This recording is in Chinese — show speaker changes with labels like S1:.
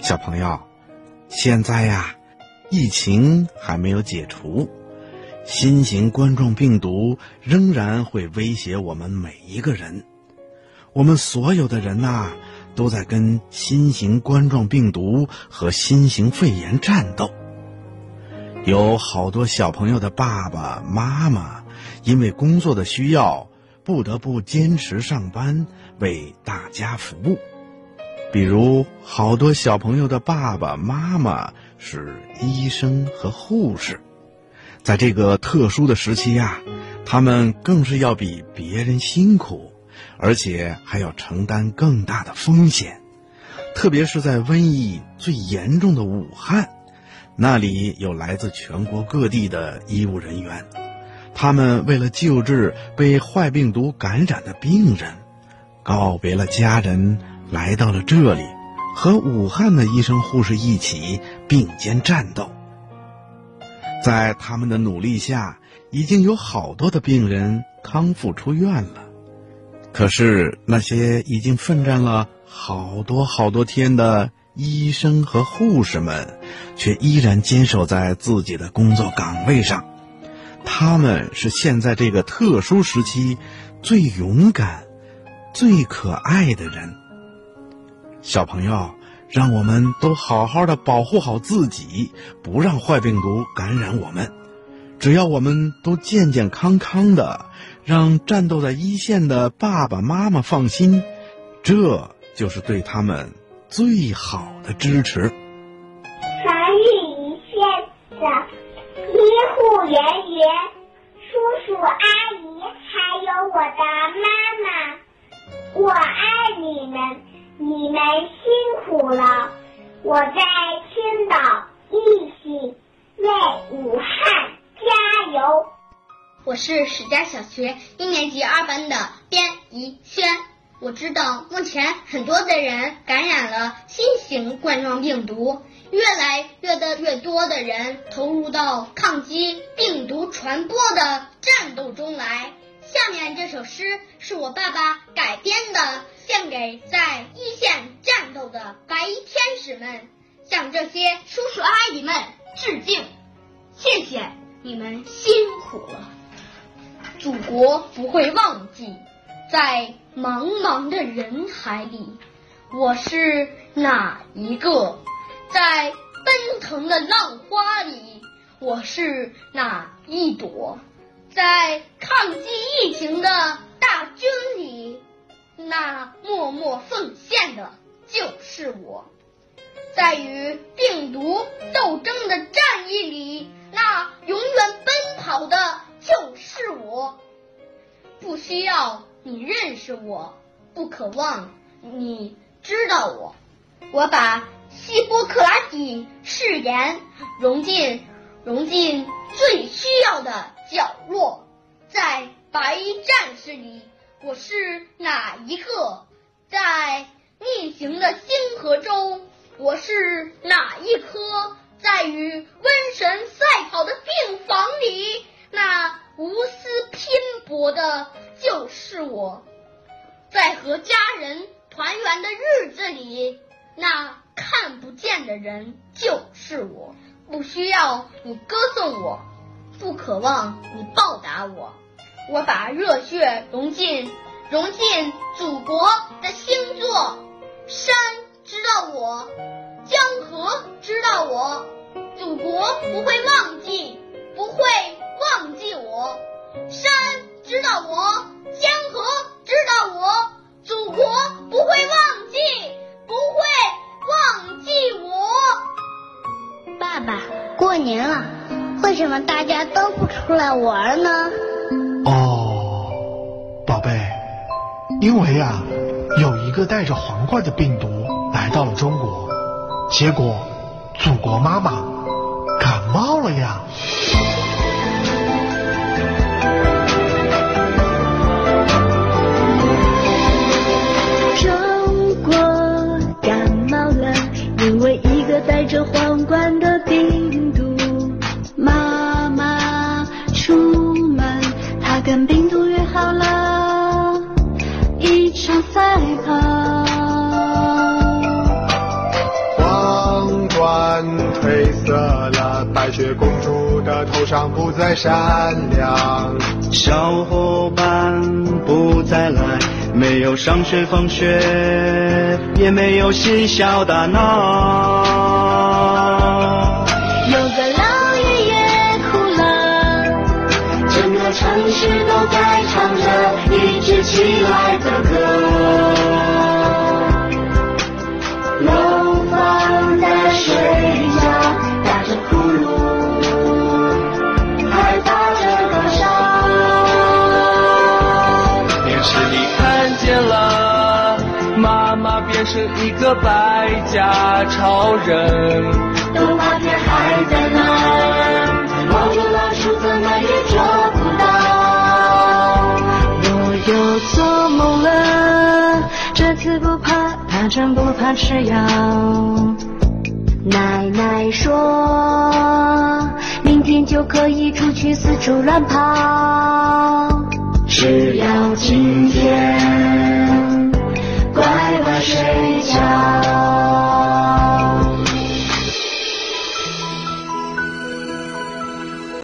S1: 小朋友，现在呀，疫情还没有解除，新型冠状病毒仍然会威胁我们每一个人。我们所有的人呐，都在跟新型冠状病毒和新型肺炎战斗。有好多小朋友的爸爸妈妈因为工作的需要，不得不坚持上班，为大家服务。比如好多小朋友的爸爸妈妈是医生和护士，在这个特殊的时期呀，他们更是要比别人辛苦，而且还要承担更大的风险。特别是在瘟疫最严重的武汉，那里有来自全国各地的医务人员，他们为了救治被坏病毒感染的病人，告别了家人，来到了这里，和武汉的医生护士一起并肩战斗。在他们的努力下，已经有好多的病人康复出院了。可是那些已经奋战了好多天的医生和护士们，却依然坚守在自己的工作岗位上。他们是现在这个特殊时期最勇敢、最可爱的人。小朋友，让我们都好好的保护好自己，不让坏病毒感染我们。只要我们都健健康康的，让战斗在一线的爸爸妈妈放心，这就是对他们最好的支持。
S2: 传育一线的医护人员、叔叔阿姨，还有我的妈妈，我爱你们，你们辛苦了。我在青岛一起为武汉加油。
S3: 我是史家小学1年级2班的边怡轩。我知道目前很多的人感染了新型冠状病毒，越多的人投入到抗击病毒传播的战斗中来。下面这首诗是我爸爸改编的，献给在一线战斗的白衣天使们，向这些叔叔阿姨们致敬，谢谢你们辛苦了。祖国不会忘记，在茫茫的人海里，我是哪一个？在奔腾的浪花里，我是哪一朵？在抗击疫情的大军里，那默默奉献的就是我。在与病毒斗争的战役里，那永远奔跑的就是我。不需要你认识我，不渴望你知道我。我把希波克拉底誓言融进最需要的角落。在白衣战士里，我是哪一个？在逆行的星河中，我是哪一颗？在与瘟神赛跑的病房里，那无私拼搏的就是我。在和家人团圆的日子里，那看不见的人就是我。不需要你歌颂我，不渴望你报答我。我把热血融进祖国的星座。山知道我，江河知道我，祖国不会忘记我。山知道我，江河知道我，祖国不会忘记我。
S2: 爸爸，过年了，为什么大家都不出来玩呢？
S4: 宝贝，因为有一个带着皇冠的病毒来到了中国，结果祖国妈妈感冒了呀。
S5: 中国感冒了，因为一个带着皇冠的病毒。妈妈出门，她跟病毒约好了一场赛跑。
S4: 花雪公主的头上不再闪亮。
S6: 小伙伴不再来，没有上学放学，也没有嬉笑打闹。
S5: 有个老爷爷哭了，整个城市都在唱着一支起来的歌。楼房在睡觉，打着呼噜，还打着歌声。
S7: 电视里看见了，妈妈变成一个败家超人。
S5: 动画片还在那儿，猫和老鼠怎么也捉不到。我又做梦了，这次不怕，他真不怕吃药。奶奶说，明天就可以出去四处乱跑，只要今天